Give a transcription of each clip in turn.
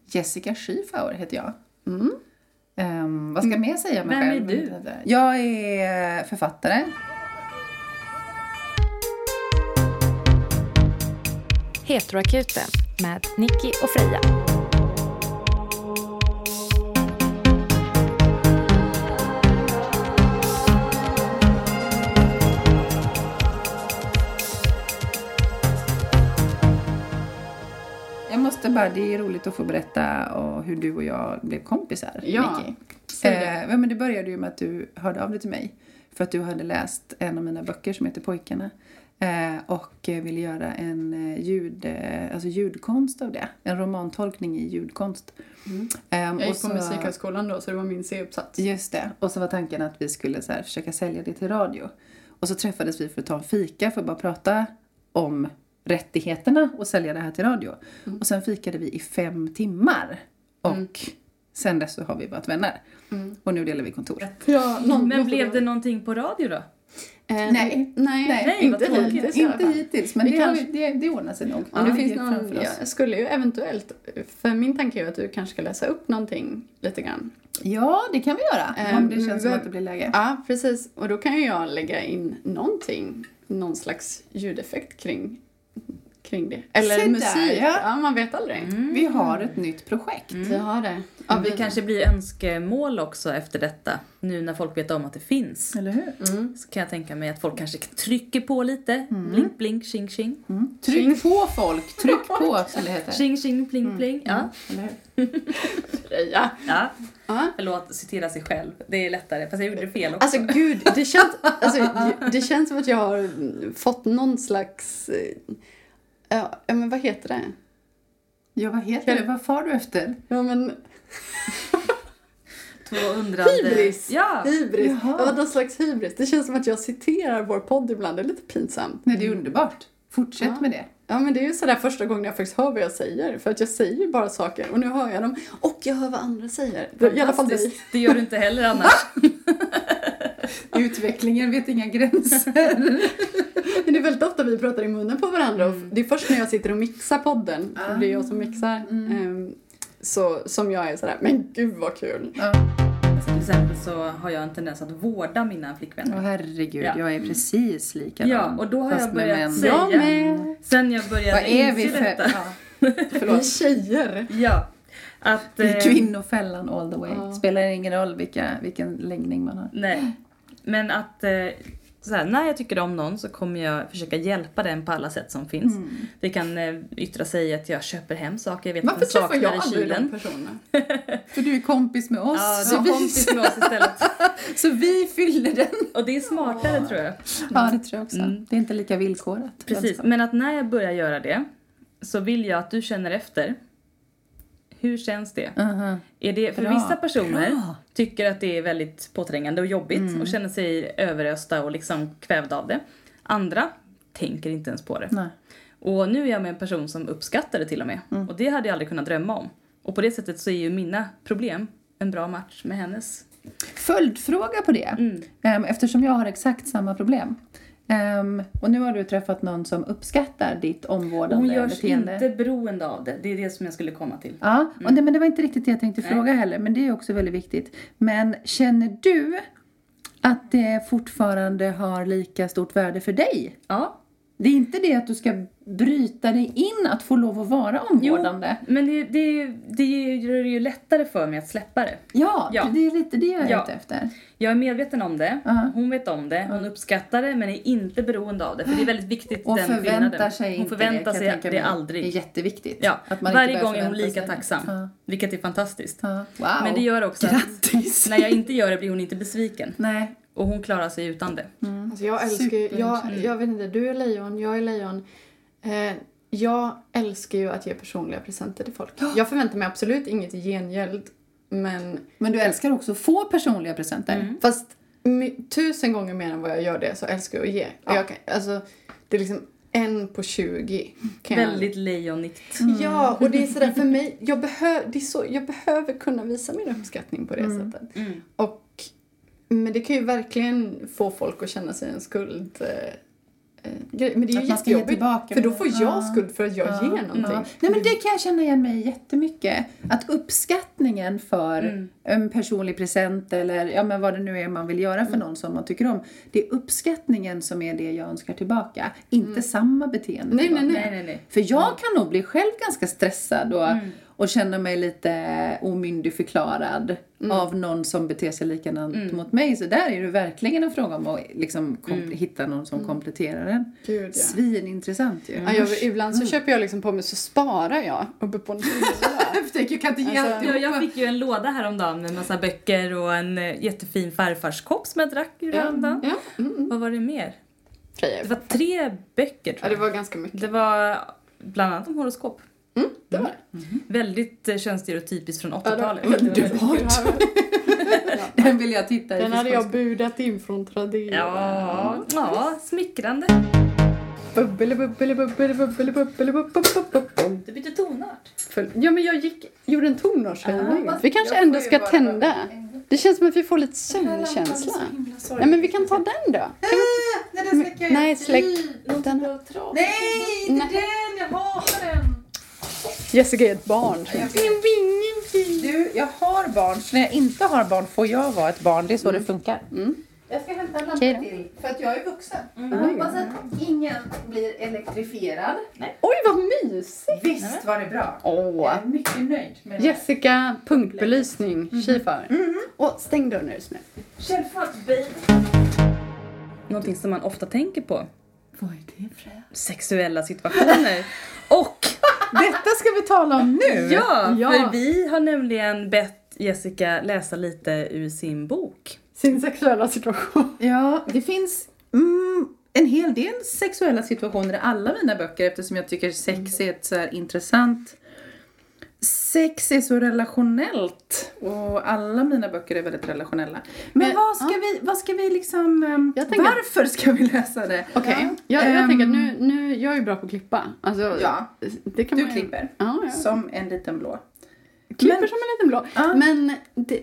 Jessica Schiefauer heter jag. Vad ska jag mer säga om mig Vem själv? är du? Jag är författare. Heteroakuten med Nicky och Freja. Jag måste bara, det är roligt att få berätta hur du och jag blev kompisar, Ja, Nicky. det. Men det började ju med att du hörde av dig till mig. För att du hade läst en av mina böcker som heter Pojkarna. Och ville göra en ljudkonst av det. En romantolkning i ljudkonst. Jag gick på Musikhögskolan då, så det var min C-uppsats. Just det. Och så var tanken att vi skulle så här försöka sälja det till radio. Och så träffades vi för att ta en fika för att bara prata om rättigheterna och sälja det här till radio. Och sen fikade vi i 5 timmar. Och sen dess så har vi varit vänner. Och nu delar vi kontor. Ja, Men blev det någonting på radio då? Nej, inte vad hittills i alla inte fall. hittills. Men det ordnar sig nog. Men det finns ligger någon, framför oss. jag skulle ju eventuellt, för min tanke är ju att du kanske ska läsa upp någonting lite grann. Ja, det kan vi göra. Om det känns som att det blir läge. Ja, precis. Och då kan ju jag lägga in någon slags ljudeffekt kring det. Eller Se musik. där, ja. Ja, man vet aldrig. Vi har ett nytt projekt. Vi har det. Ja, det kanske blir önskemål också efter detta. Nu när folk vet om att det finns. Eller hur? Så kan jag tänka mig att folk kanske trycker på lite. Blink, blink, tjing, tjing. Tryck på folk. Tryck på, som det heter. Tjing, tjing, pling, pling. Ja. Eller hur? Freja. Ja. Ja. Förlåt, citera sig själv. Det är lättare. Fast jag gjorde det fel också. Alltså gud, det känns som att jag har fått någon slags... Ja, men vad heter det? Ja, vad heter det? Vad far du efter? Ja, men... Två undrande... Hybris! Ja. Hybris. Jaha. Ja, någon slags hybris. Det känns som att jag citerar vår podd ibland. Det är lite pinsamt. Nej, det är underbart. Fortsätt med det. Ja, men det är ju sådär första gången jag faktiskt hör vad jag säger. För att jag säger ju bara saker. Och nu hör jag dem. Och jag hör vad andra säger. I alla fall dig. Det gör du inte heller annars. Utvecklingen vet inga gränser. Men det är väldigt ofta vi pratar i munnen på varandra. Och det är först när jag sitter och mixar podden. Och det är jag som mixar. Så som jag är sådär, men gud vad kul. Ja. Till exempel så har jag en tendens att vårda mina flickvänner. Åh, herregud, Ja. jag är precis likadan. Ja, och då har Fast jag med börjat män. säga... Jag med. Sen jag började Vad är vi inse för... detta. Ja. Vi är tjejer. Ja. Att... Vi är kvinnofällan all the way. Ja. Spelar ingen roll vilken läggning man har. Nej. Men att... Så här, när jag tycker om någon så kommer jag försöka hjälpa den på alla sätt som finns. Det kan yttra sig att jag köper hem saker. Jag vet Varför att jag träffar saknar jag i aldrig de kylen. personerna? För du är kompis med oss. Ja, så, du är kompis med oss istället. så vi fyller den. Och det är smartare tror jag. Ja, det tror jag också. Det är inte lika villkorat. Precis, men att när jag börjar göra det så vill jag att du känner efter. Hur känns det? Är det för Bra, vissa personer bra. tycker att det är väldigt påträngande och jobbigt och känner sig överösta och liksom kvävda av det. Andra tänker inte ens på det. Nej. Och nu är jag med en person som uppskattar det till och med. Och det hade jag aldrig kunnat drömma om. Och på det sättet så är ju mina problem en bra match med hennes. Följdfråga på det. Eftersom jag har exakt samma problem. Och nu har du träffat någon som uppskattar ditt omvårdande Hon görs beteende. inte beroende av det. Det är det som jag skulle komma till. Ja, och men det var inte riktigt det jag tänkte fråga heller. Men det är också väldigt viktigt. Men känner du att det fortfarande har lika stort värde för dig? Ja. Det är inte det att du ska bryta dig in att få lov att vara omvårdande. Jo, men det gör det ju lättare för mig att släppa det. Ja, Ja. det är lite det jag är Ja. ute efter. Jag är medveten om det. Ja. Hon vet om det. Hon uppskattar det men är inte beroende av det. För det är väldigt viktigt Och den förväntar skillnaden. sig Hon inte förväntar det, kan jag sig tänka det mig. aldrig. Det är jätteviktigt. Ja, att man varje inte gång är hon förvänta lika sig. tacksam. Ja. Vilket är fantastiskt. Ja. Wow. Men det gör också Grattis. att när jag inte gör det blir hon inte besviken. Nej. Och hon klarar sig utan det. Alltså jag älskar ju, Super. jag vet inte, du är lejon, jag är lejon. Jag älskar ju att ge personliga presenter till folk. Jag förväntar mig absolut inget i gengäld, men Men du älskar också att få personliga presenter. fast 1000 gånger mer än vad jag gör det så älskar jag att ge. Ja. Jag kan, alltså, det är liksom 1 på 20. Kan jag- Väldigt lejonigt. Ja, och det är sådär för mig, jag behöver kunna visa min uppskattning på det sättet. Men det kan ju verkligen få folk att känna sig en skuld. Men det är Att ju man ska ge jättejobbigt, tillbaka. för då får jag skuld för att jag ger någonting. Ja. Nej, men det kan jag känna igen mig jättemycket. Att uppskattningen för en personlig present eller men vad det nu är man vill göra för någon som man tycker om. Det är uppskattningen som är det jag önskar tillbaka. Inte samma beteende. Nej. För jag kan nog bli själv ganska stressad och känna mig lite omyndigförklarad av någon som beter sig likadant mot mig. Så där är det verkligen en fråga om att liksom hitta någon som kompletterar en. Gud, ja. Svinintressant ju. Ja, ibland så köper jag liksom på mig så sparar jag uppe på en Jag kan inte ge alltihop. Jag fick ju en låda häromdagen med en massa böcker och en jättefin farfarskopp som jag drack ur häromdagen. Ja. Vad var det mer? Freja. Det var 3 böcker tror Ja, jag. det var ganska mycket. Det var bland annat om horoskop. Det var det. Väldigt könsstereotypiskt från 80-talet. Underbart. Den vill jag titta i. Den hade jag budat in från Tradera. Ja, smickrande. Bubbele. Du bytte tonart. Ja, men jag gjorde en tonårshöjning. Vi kanske ändå ska tända. Det känns som att vi får lite sömnkänsla. Nej, men vi kan ta den då. Nej, släck den. Nej, inte den. Jag hatar den. Jessica är ett barn. Du, jag har barn. Så när jag inte har barn får jag vara ett barn. Det är så det funkar. Jag ska hämta en lampa till. För att jag är vuxen. Jag hoppas att ingen blir elektrifierad. Oj, vad mysigt. Visst var det bra. Jag är mycket nöjd med det. Jessica, punktbelysning, Kifar. Och stäng dörren när du är snäll. Självklart, baby. Någonting som man ofta tänker på. Vad är det, Freja? Sexuella situationer. Och Detta ska vi tala om nu. ja, Ja. för vi har nämligen bett Jessica läsa lite ur sin bok. Sin sexuella situation. Ja, det finns en hel del sexuella situationer i alla mina böcker. Eftersom jag tycker sex är ett så här intressant... Sex är så relationellt. Och alla mina böcker är väldigt relationella. Men vad ska vi liksom... varför ska vi läsa det? Okej. Jag tänker att nu jag är ju bra på att klippa. Alltså, Ja, det kan du man klipper. Ja. Som en liten blå. Klipper som en liten blå. Ja. Men det...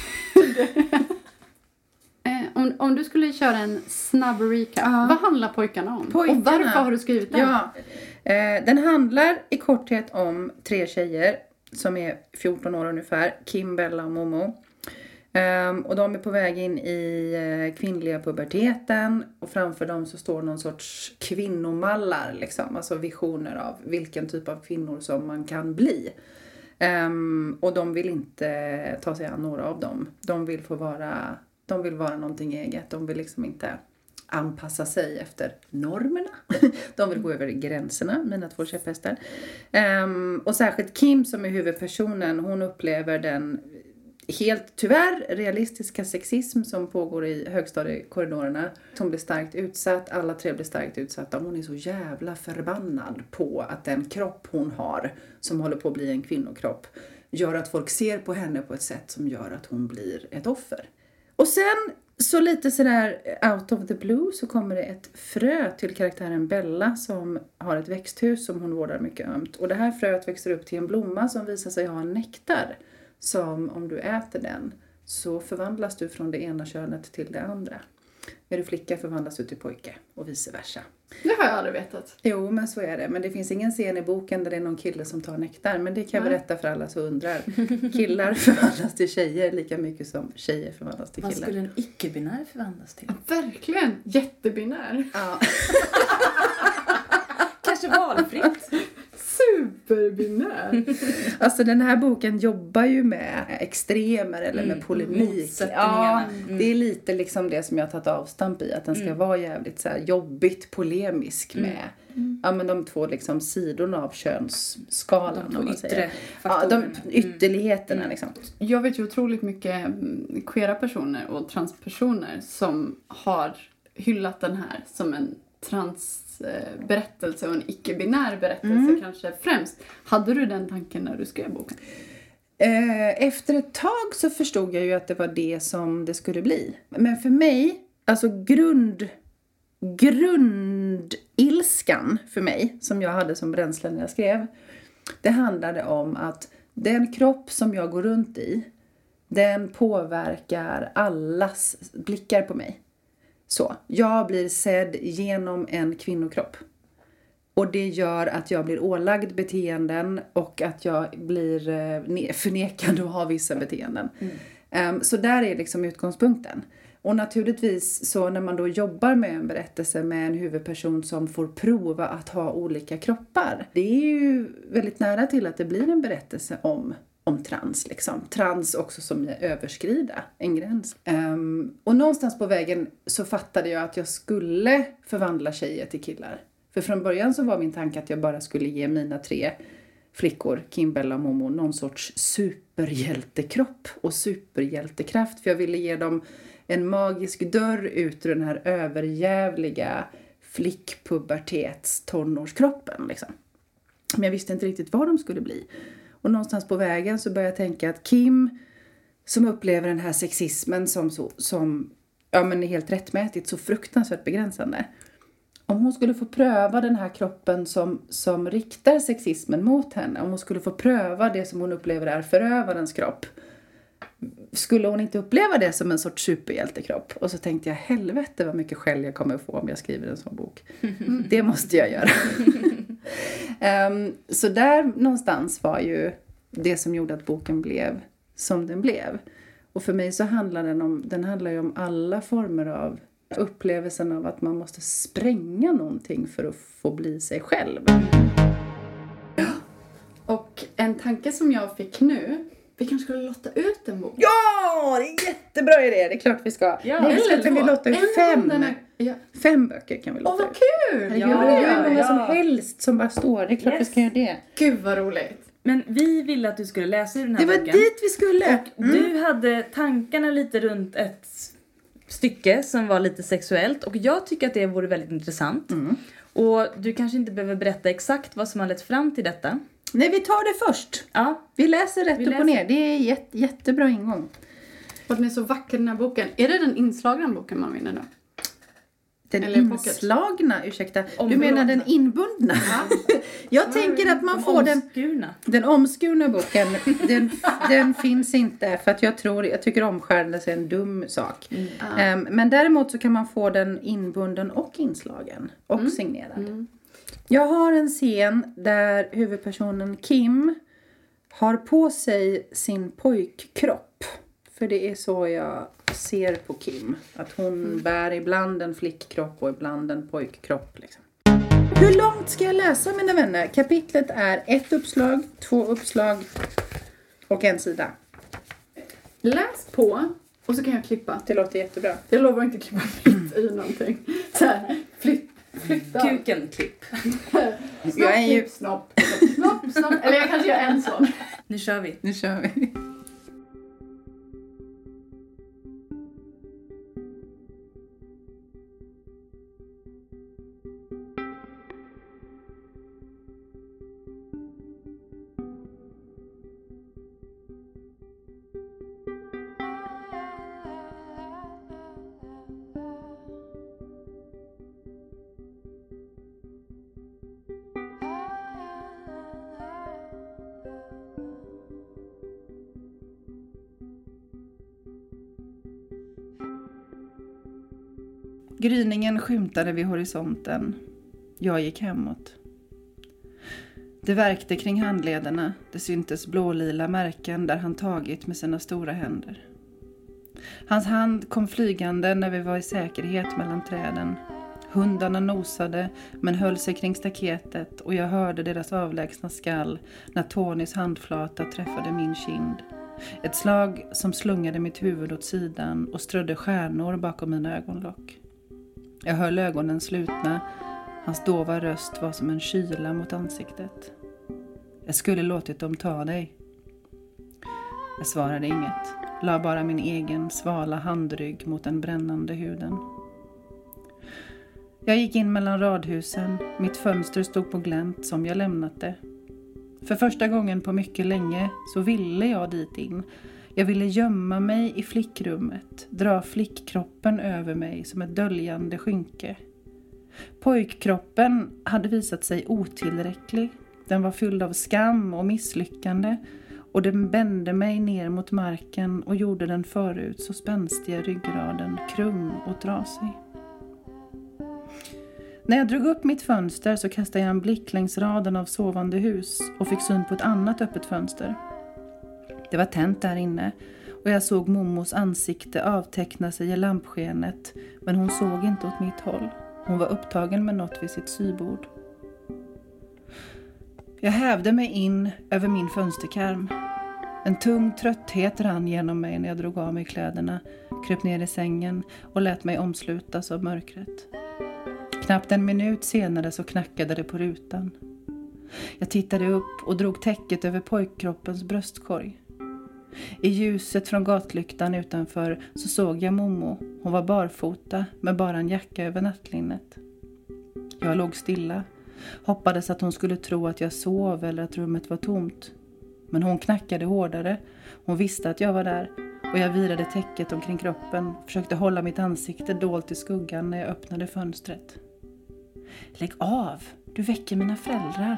om du skulle köra en snabb recap. Vad handlar pojkarna om? Och varför har du skrivit den? Ja, den handlar i korthet om 3 tjejer som är 14 år ungefär. Kim, Bella och Momo. Och de är på väg in i kvinnliga puberteten. Och framför dem så står någon sorts kvinnomallar. Liksom. Alltså visioner av vilken typ av kvinnor som man kan bli. Och de vill inte ta sig an några av dem. De vill vara någonting eget. De vill liksom inte anpassa sig efter normerna. De vill gå över gränserna, mina 2 käpphästar. Och särskilt Kim som är huvudpersonen, hon upplever den helt tyvärr realistiska sexism som pågår i högstadiekorridorerna. Hon blir starkt utsatt, alla 3 blir starkt utsatta. Hon är så jävla förbannad på att den kropp hon har, som håller på att bli en kvinnokropp, gör att folk ser på henne på ett sätt som gör att hon blir ett offer. Och sen så lite sådär out of the blue så kommer det ett frö till karaktären Bella som har ett växthus som hon vårdar mycket ömt. Och det här fröet växer upp till en blomma som visar sig ha en nektar. Som om du äter den så förvandlas du från det ena könet till det andra. Är du flicka förvandlas du till pojke och vice versa. Det har jag aldrig vetat. Jo, men så är det. Men det finns ingen scen i boken där det är någon kille som tar nektar. Men det kan jag berätta för alla som undrar. Killar förvandlas till tjejer lika mycket som tjejer förvandlas till killar. Vad skulle en icke-binär förvandlas till? Verkligen. Jättebinär. Ja. Kanske valfritt. Superbinär. Alltså den här boken jobbar ju med extremer eller med polemik. Ja, det är lite liksom det som jag har tagit avstamp i. Att den ska vara jävligt så här jobbigt polemisk med ja, men de 2 liksom sidorna av könsskalan. De 2 yttre faktorerna. Ja, de ytterligheterna liksom. Jag vet ju otroligt mycket queera personer och transpersoner som har hyllat den här som en transberättelse och en icke-binär berättelse kanske främst. Hade du den tanken när du skrev boken? Efter ett tag så förstod jag ju att det var det som det skulle bli. Men för mig, alltså grundilskan för mig, som jag hade som bränsle när jag skrev, det handlade om att den kropp som jag går runt i, den påverkar allas blickar på mig. Så, jag blir sedd genom en kvinnokropp. Och det gör att jag blir ålagd beteenden och att jag blir förnekad att ha vissa beteenden. Så där är liksom utgångspunkten. Och naturligtvis så när man då jobbar med en berättelse med en huvudperson som får prova att ha olika kroppar. Det är ju väldigt nära till att det blir en berättelse om trans liksom. Trans också som överskrida en gräns. Och någonstans på vägen så fattade jag att jag skulle förvandla tjejer till killar. För från början så var min tanke att jag bara skulle ge mina 3 flickor, Kim, Bella och Momo, någon sorts superhjältekropp och superhjältekraft. För jag ville ge dem en magisk dörr ut ur den här överjävliga flickpubertets-tonårskroppen. Liksom. Men jag visste inte riktigt vad de skulle bli. Och någonstans på vägen så började jag tänka att Kim, som upplever den här sexismen som är helt rättmätigt, så fruktansvärt begränsande. Om hon skulle få pröva den här kroppen som riktar sexismen mot henne. Om hon skulle få pröva det som hon upplever är förövarens kropp. Skulle hon inte uppleva det som en sorts superhjältekropp? Och så tänkte jag, helvete vad mycket skäll jag kommer få om jag skriver en sån bok. Det måste jag göra. Så där någonstans var ju det som gjorde att boken blev som den blev. Och för mig så handlar den handlar ju om alla former av upplevelsen av att man måste spränga någonting för att få bli sig själv. Och en tanke som jag fick nu, vi kanske skulle lotta ut en bok. Ja, det är jättebra idé. Det är klart vi ska. Ja, Nej, kan vi lotta ut 5. Ja. 5 böcker kan vi lotta ut. Vad kul! Det är många som helst som bara står. Det är klart vi ska göra det. Gud vad roligt. Men vi ville att du skulle läsa den här boken. Det var dit vi skulle. Och du hade tankarna lite runt ett stycke som var lite sexuellt. Och jag tycker att det vore väldigt intressant. Och du kanske inte behöver berätta exakt vad som har lett fram till detta. Nej, vi tar det först. Ja. Vi läser rätt upp och ner. Det är jättebra ingång. Och den är så vacker den här boken. Är det den inslagna boken man vinner då? Den Eller inslagna, ursäkta. Du menar den inbundna? Jag tänker att man får den omskurna boken. Den finns inte för att jag tycker omskärelse är en dum sak. Men däremot så kan man få den inbunden och inslagen och signerad. Jag har en scen där huvudpersonen Kim har på sig sin pojkkropp. För det är så jag ser på Kim. Att hon bär ibland en flickkropp och ibland en pojkkropp. Liksom. Hur långt ska jag läsa, mina vänner? Kapitlet är 1 uppslag, 2 uppslag och 1 sida. Läs på och så kan jag klippa. Det låter jättebra. Jag lovar inte klippa mitt i någonting. Så här, flytta. Kuken klipp. Jag är ju... Snopp. Eller jag kanske gör en sån. Nu kör vi. Gryningen skymtade vid horisonten. Jag gick hemåt. Det värkte kring handlederna. Det syntes blålila märken där han tagit med sina stora händer. Hans hand kom flygande när vi var i säkerhet mellan träden. Hundarna nosade men höll sig kring staketet och jag hörde deras avlägsna skall när Tonys handflata träffade min kind. Ett slag som slungade mitt huvud åt sidan och strödde stjärnor bakom mina ögonlock. Jag höll ögonen slutna. Hans dova röst var som en kyla mot ansiktet. Jag skulle låtit dem ta dig. Jag svarade inget. La bara min egen svala handrygg mot den brännande huden. Jag gick in mellan radhusen. Mitt fönster stod på glänt som jag lämnat det. För första gången på mycket länge så ville jag dit in. Jag ville gömma mig i flickrummet, dra flickkroppen över mig som ett döljande skynke. Pojkkroppen hade visat sig otillräcklig. Den var fylld av skam och misslyckande och den bände mig ner mot marken och gjorde den förut så spänstiga ryggraden krum och trasig. När jag drog upp mitt fönster så kastade jag en blick längs raden av sovande hus och fick syn på ett annat öppet fönster. Det var tänt där inne och jag såg Mommos ansikte avteckna sig i lampskenet, men hon såg inte åt mitt håll. Hon var upptagen med något vid sitt sybord. Jag hävde mig in över min fönsterkarm. En tung trötthet rann genom mig när jag drog av mig kläderna, kröp ner i sängen och lät mig omslutas av mörkret. Knappt en minut senare så knackade det på rutan. Jag tittade upp och drog täcket över pojkkroppens bröstkorg. I ljuset från gatlyktan utanför så såg jag Mommo. Hon var barfota med bara en jacka över nattlinnet. Jag låg stilla. Hoppades att hon skulle tro att jag sov eller att rummet var tomt. Men hon knackade hårdare. Hon visste att jag var där och jag virade täcket omkring kroppen. Försökte hålla mitt ansikte dolt i skuggan när jag öppnade fönstret. Lägg av, du väcker mina föräldrar.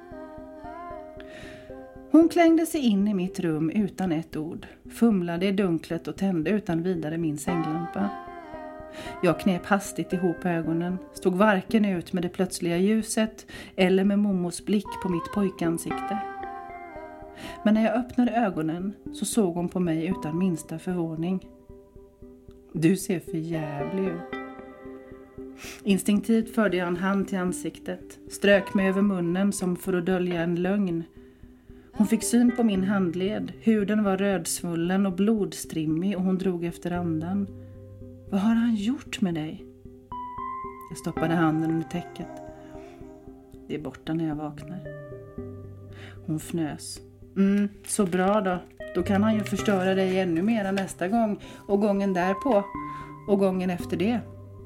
Hon klängde sig in i mitt rum utan ett ord. Fumlade i dunklet och tände utan vidare min sänglampa. Jag knep hastigt ihop ögonen, stod varken ut med det plötsliga ljuset eller med Mommos blick på mitt pojkansikte. Men när jag öppnade ögonen så såg hon på mig utan minsta förvåning. Du ser för jävlig ut. Instinktivt förde jag en hand till ansiktet, strök mig över munnen som för att dölja en lögn. Hon fick syn på min handled, huden var rödsvullen och blodstrimmig och hon drog efter andan. Vad har han gjort med dig? Jag stoppade handen under täcket. Det är borta när jag vaknar. Hon fnös. Så bra då. Då kan han ju förstöra dig ännu mer nästa gång och gången därpå och gången efter det.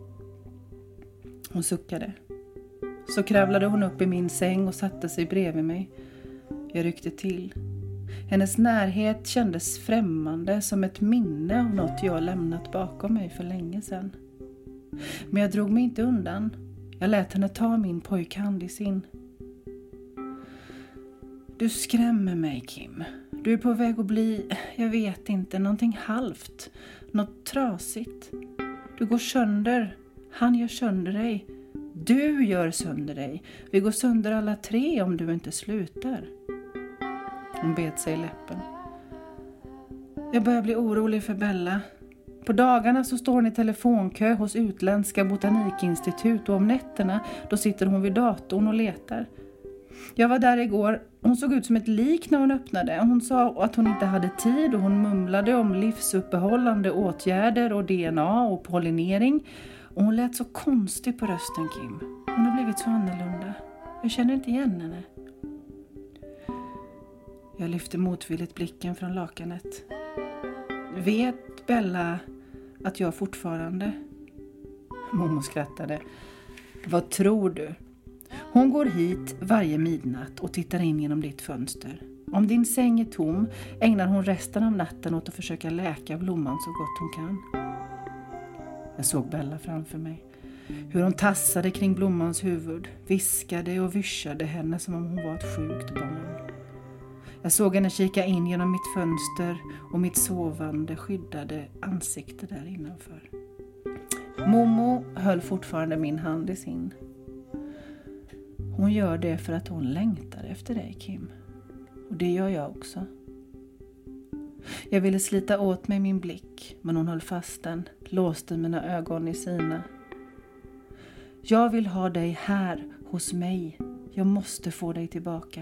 Hon suckade. Så kravlade hon upp i min säng och satte sig bredvid mig. Jag ryckte till. Hennes närhet kändes främmande som ett minne av något jag lämnat bakom mig för länge sedan. Men jag drog mig inte undan. Jag lät henne ta min pojkhand i sin. Du skrämmer mig, Kim. Du är på väg att bli, jag vet inte, någonting halvt. Något trasigt. Du går sönder. Han gör sönder dig. Du gör sönder dig. Vi går sönder alla tre om du inte slutar. Hon bet sig i läppen. Jag börjar bli orolig för Bella. På dagarna så står hon i telefonkö hos utländska botanikinstitut och om nätterna då sitter hon vid datorn och letar. Jag var där igår. Hon såg ut som ett lik när hon öppnade. Hon sa att hon inte hade tid och hon mumlade om livsuppehållande åtgärder och DNA och pollinering. Och hon lät så konstig på rösten, Kim. Hon har blivit så annorlunda. Jag känner inte igen henne. Jag lyfte motvilligt blicken från lakanet. Vet Bella att jag fortfarande... Mommo skrattade. Vad tror du? Hon går hit varje midnatt och tittar in genom ditt fönster. Om din säng är tom ägnar hon resten av natten åt att försöka läka blomman så gott hon kan. Jag såg Bella framför mig. Hur hon tassade kring blommans huvud, viskade och vyschade henne som om hon var ett sjukt barn. Jag såg henne kika in genom mitt fönster och mitt sovande skyddade ansikte där innanför. Mommo höll fortfarande min hand i sin. Hon gör det för att hon längtar efter dig, Kim. Och det gör jag också. Jag ville slita åt mig min blick, men hon höll fast den, låste mina ögon i sina. Jag vill ha dig här, hos mig. Jag måste få dig tillbaka.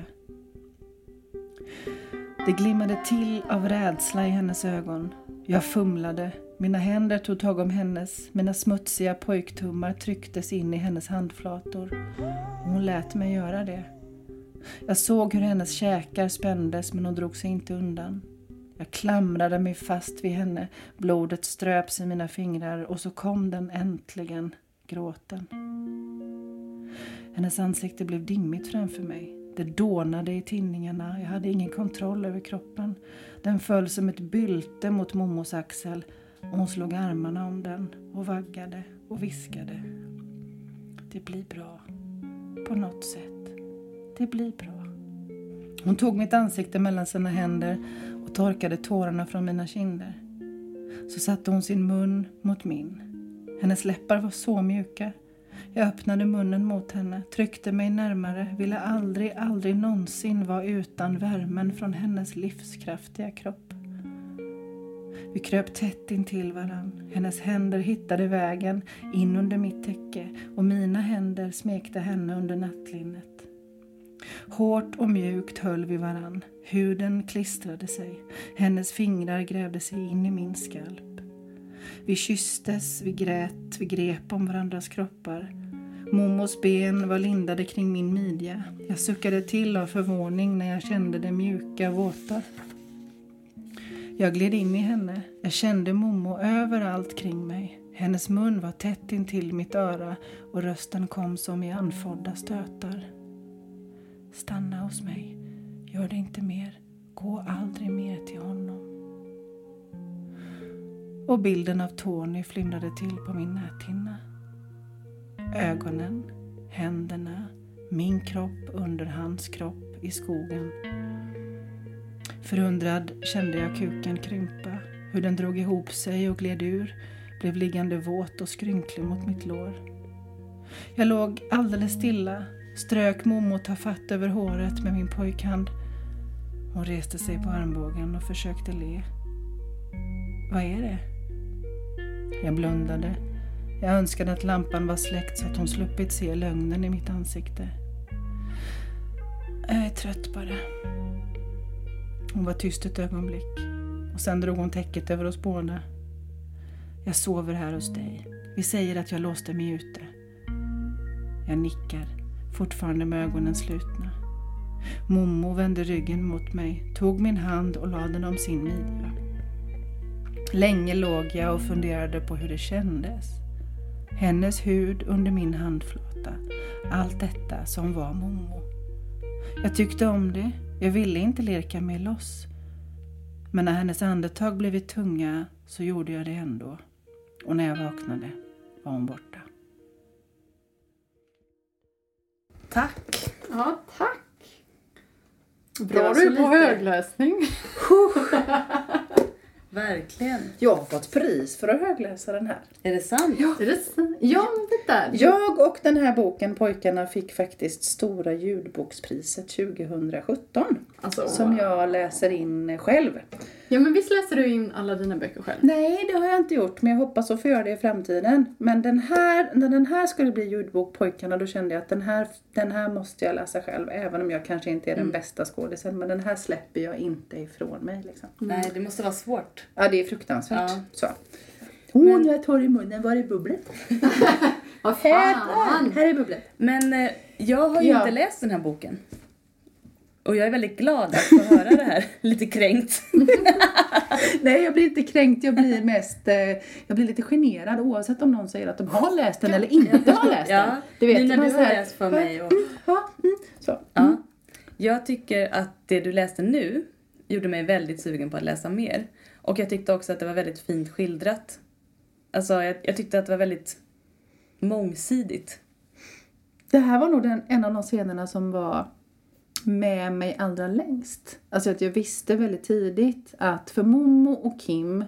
Det glimmade till av rädsla i hennes ögon. Jag fumlade. Mina händer tog tag om hennes. Mina smutsiga pojktummar trycktes in i hennes handflator. Och hon lät mig göra det. Jag såg hur hennes käkar spändes, men hon drog sig inte undan. Jag klamrade mig fast vid henne. Blodet ströps i mina fingrar och så kom den äntligen, gråten. Hennes ansikte blev dimmigt framför mig. Det dånade i tinningarna. Jag hade ingen kontroll över kroppen. Den föll som ett bylte mot Mommos axel. Och hon slog armarna om den och vaggade och viskade. Det blir bra. På något sätt. Det blir bra. Hon tog mitt ansikte mellan sina händer och torkade tårarna från mina kinder. Så satte hon sin mun mot min. Hennes läppar var så mjuka. Jag öppnade munnen mot henne, tryckte mig närmare, ville aldrig någonsin vara utan värmen från hennes livskraftiga kropp. Vi kröp tätt in till varann. Hennes händer hittade vägen in under mitt täcke och mina händer smekte henne under nattlinnet. Hårt och mjukt höll vi varann. Huden klistrade sig. Hennes fingrar grävde sig in i min skalp. Vi kysstes, vi grät, vi grep om varandras kroppar. Momos ben var lindade kring min midja. Jag suckade till av förvåning när jag kände det mjuka, våta. Jag gled in i henne. Jag kände Momo överallt kring mig. Hennes mun var tätt intill mitt öra och rösten kom som i anfodda stötar. Stanna hos mig. Gör det inte mer. Gå aldrig mer till honom. Och bilden av Tony flimrade till på min näthinna. Ögonen, händerna, min kropp under hans kropp i skogen. Förundrad kände jag kuken krympa, hur den drog ihop sig och gled ur, blev liggande våt och skrynklig mot mitt lår. Jag låg alldeles stilla, strök Momo ta fatt över håret med min pojkhand. Hon reste sig på armbågen och försökte le. Vad är det? Jag blundade. Jag önskade att lampan var släckt så att hon sluppit se lögnen i mitt ansikte. Jag är trött bara. Hon var tyst ett ögonblick. Och sen drog hon täcket över oss båda. Jag sover här hos dig. Vi säger att jag låste mig ute. Jag nickar, fortfarande med ögonen slutna. Momo vände ryggen mot mig, tog min hand och lade den om sin midja. Länge låg jag och funderade på hur det kändes. Hennes hud under min handflata. Allt detta som var Momo. Jag tyckte om det. Jag ville inte lirka mig loss. Men när hennes andetag blivit tunga så gjorde jag det ändå. Och när jag vaknade var hon borta. Tack. Ja, tack. Bra du på högläsning. Verkligen. Jag har fått pris för att högläsa den här. Är det sant? Ja, är det sant? Ja, det där. Jag och den här boken, Pojkarna, fick faktiskt Stora ljudbokspriset 2017. Alltså, som jag läser in själv. Ja, men visst läser du in alla dina böcker själv? Nej, det har jag inte gjort, men jag hoppas att få göra det i framtiden. Men när den här skulle bli ljudbok Pojkarna, då kände jag att den här måste jag läsa själv. Även om jag kanske inte är den bästa skådisen. Men den här släpper jag inte ifrån mig. Liksom. Nej, det måste vara svårt. Ja, det är fruktansvärt. Ja. Så. När jag tar i munnen, var är bubblet? Vad fan! Här är bubblet. Men jag har ju inte läst den här boken. Och jag är väldigt glad att få höra det här. Lite kränkt. Nej, jag blir inte kränkt. Jag blir lite generad oavsett om någon säger att de har läst den eller inte har läst den. Ja, du vet, nu när man du har läst för mig. Och... Så. Ja. Jag tycker att det du läste nu gjorde mig väldigt sugen på att läsa mer. Och jag tyckte också att det var väldigt fint skildrat. Alltså, jag tyckte att det var väldigt mångsidigt. Det här var nog en av de scenerna som var med mig allra längst. Alltså att jag visste väldigt tidigt att för Momo och Kim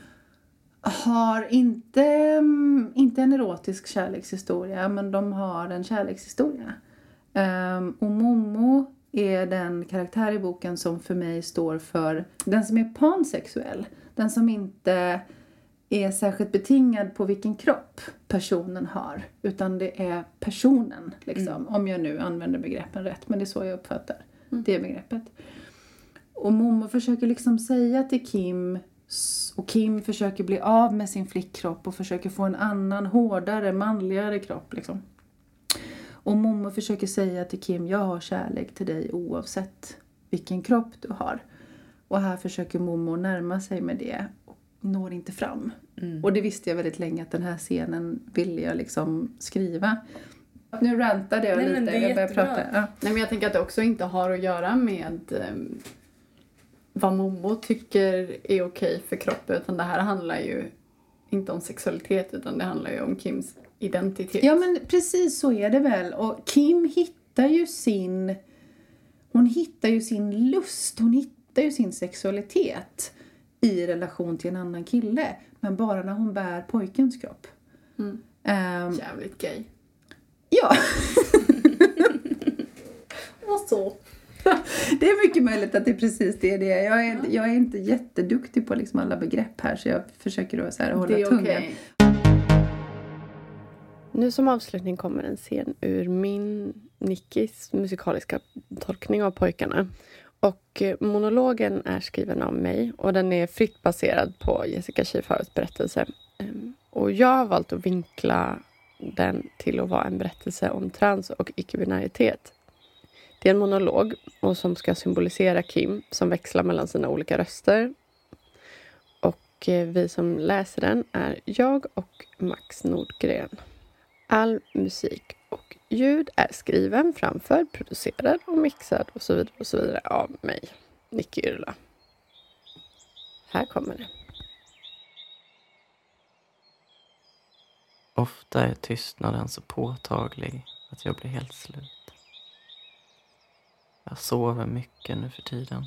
har inte en erotisk kärlekshistoria, men de har en kärlekshistoria. Och Momo är den karaktär i boken som för mig står för den som är pansexuell. Den som inte är särskilt betingad på vilken kropp personen har. Utan det är personen, liksom. Om jag nu använder begreppen rätt. Men det är så jag uppfattar det begreppet. Och Momo försöker liksom säga till Kim. Och Kim försöker bli av med sin flickkropp. Och försöker få en annan, hårdare, manligare kropp, liksom. Och Momo försöker säga till Kim, jag har kärlek till dig oavsett vilken kropp du har. Och här försöker Momo närma sig med det. Når inte fram. Och det visste jag väldigt länge att den här scenen ville jag liksom skriva. Nu rantade jag lite. Men det är jag börjar prata. Ja. Nej, men jag tänker att det också inte har att göra med vad Momo tycker är okej för kroppen. Utan det här handlar ju inte om sexualitet, utan det handlar ju om Kims identitet. Ja, men precis så är det väl. Och Kim hittar ju sin lust. Hon hittar ju sin sexualitet i relation till en annan kille. Men bara när hon bär pojkens kropp. Jävligt gay. Ja. Och så. Det är mycket möjligt att det är precis det. Jag är inte jätteduktig på liksom alla begrepp här, så jag försöker då så här hålla tungan. Okay. Nu som avslutning kommer en scen ur min Nickis musikaliska tolkning av Pojkarna. Och monologen är skriven av mig och den är fritt baserad på Jessica Schiffares berättelse. Och jag har valt att vinkla den till att vara en berättelse om trans- och icke-binaritet. Det är en monolog och som ska symbolisera Kim som växlar mellan sina olika röster. Och vi som läser den är jag och Max Nordgren. All musik och ljud är skriven, framförd, producerad och mixad och så vidare av mig, Nicky Yrla. Här kommer det. Ofta är tystnaden så påtaglig att jag blir helt slut. Jag sover mycket nu för tiden.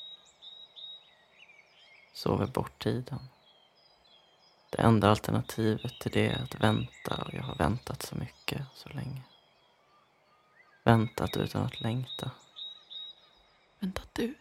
Sover bort tiden. Det enda alternativet till det är att vänta, och jag har väntat så mycket, så länge. Väntat utan att längta. Väntat ut.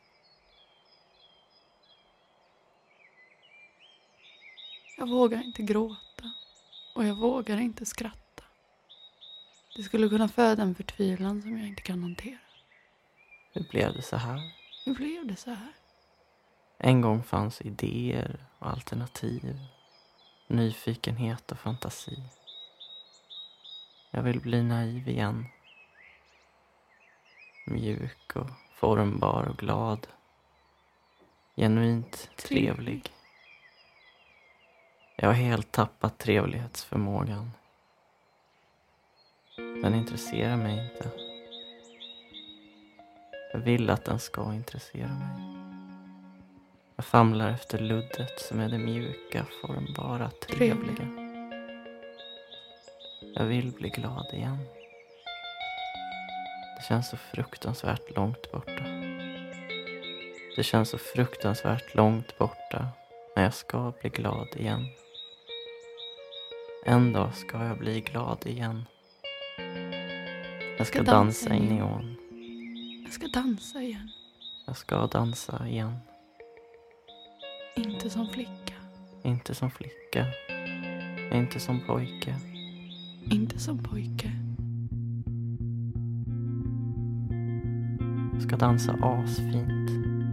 Jag vågar inte gråta och jag vågar inte skratta. Det skulle kunna föda en förtvivlan som jag inte kan hantera. Hur blev det så här? Hur blev det så här? En gång fanns idéer och alternativ, nyfikenhet och fantasi. Jag vill bli naiv igen. Mjuk och formbar och glad. Genuint trevlig. Jag har helt tappat trevlighetsförmågan. Den intresserar mig inte. Jag vill att den ska intressera mig. Jag famlar efter luddet som är det mjuka, formbara, trevliga. Jag vill bli glad igen. Det känns så fruktansvärt långt borta. Det känns så fruktansvärt långt borta när jag ska bli glad igen. En dag ska jag bli glad igen. Jag ska dansa i neon. Jag ska dansa igen. Jag ska dansa igen. Inte som flicka. Inte som flicka. Inte som pojke. Inte som pojke. Jag ska dansa asfint.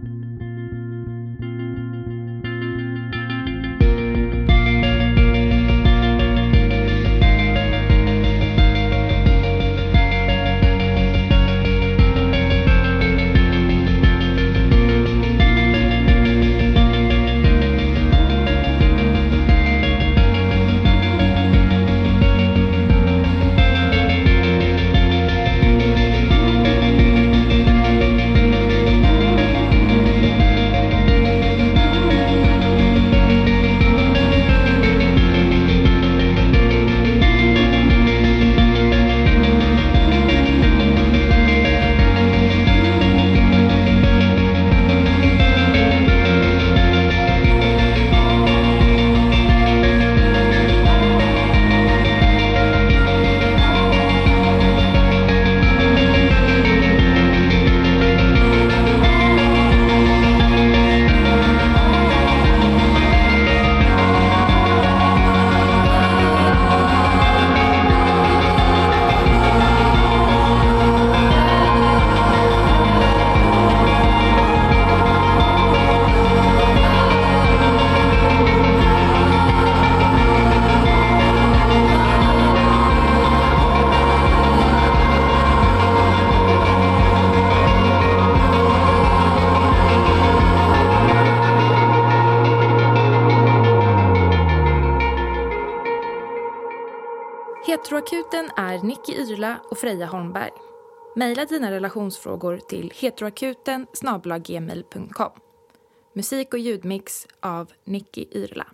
Heteroakuten är Nicky Yrla och Freja Holmberg. Maila dina relationsfrågor till heteroakuten@gmail.com. Musik och ljudmix av Nicky Yrla.